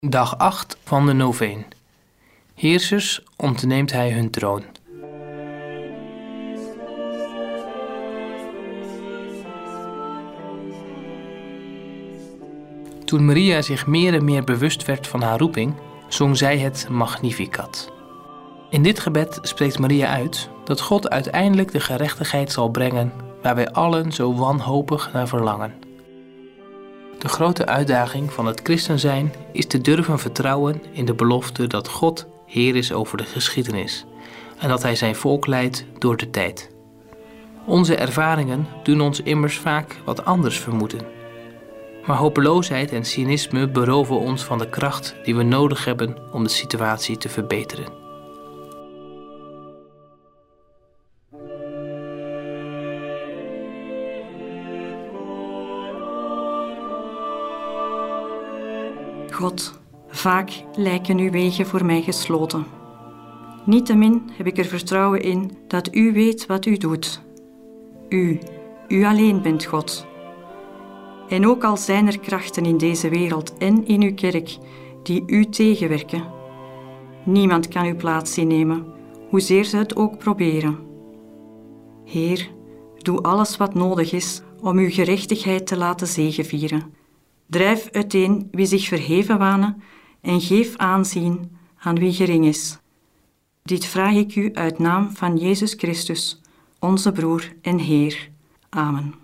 Dag 8 van de noveen. Heersers ontneemt hij hun troon. Toen Maria zich meer en meer bewust werd van haar roeping, zong zij het Magnificat. In dit gebed spreekt Maria uit dat God uiteindelijk de gerechtigheid zal brengen waar wij allen zo wanhopig naar verlangen. De grote uitdaging van het christen zijn is te durven vertrouwen in de belofte dat God Heer is over de geschiedenis en dat Hij zijn volk leidt door de tijd. Onze ervaringen doen ons immers vaak wat anders vermoeden. Maar hopeloosheid en cynisme beroven ons van de kracht die we nodig hebben om de situatie te verbeteren. God, vaak lijken uw wegen voor mij gesloten. Niettemin heb ik er vertrouwen in dat u weet wat u doet. U alleen bent God. En ook al zijn er krachten in deze wereld en in uw kerk die u tegenwerken, niemand kan uw plaats innemen, hoezeer ze het ook proberen. Heer, doe alles wat nodig is om uw gerechtigheid te laten zegevieren. Drijf uiteen wie zich verheven wanen en geef aanzien aan wie gering is. Dit vraag ik u uit naam van Jezus Christus, onze broer en Heer. Amen.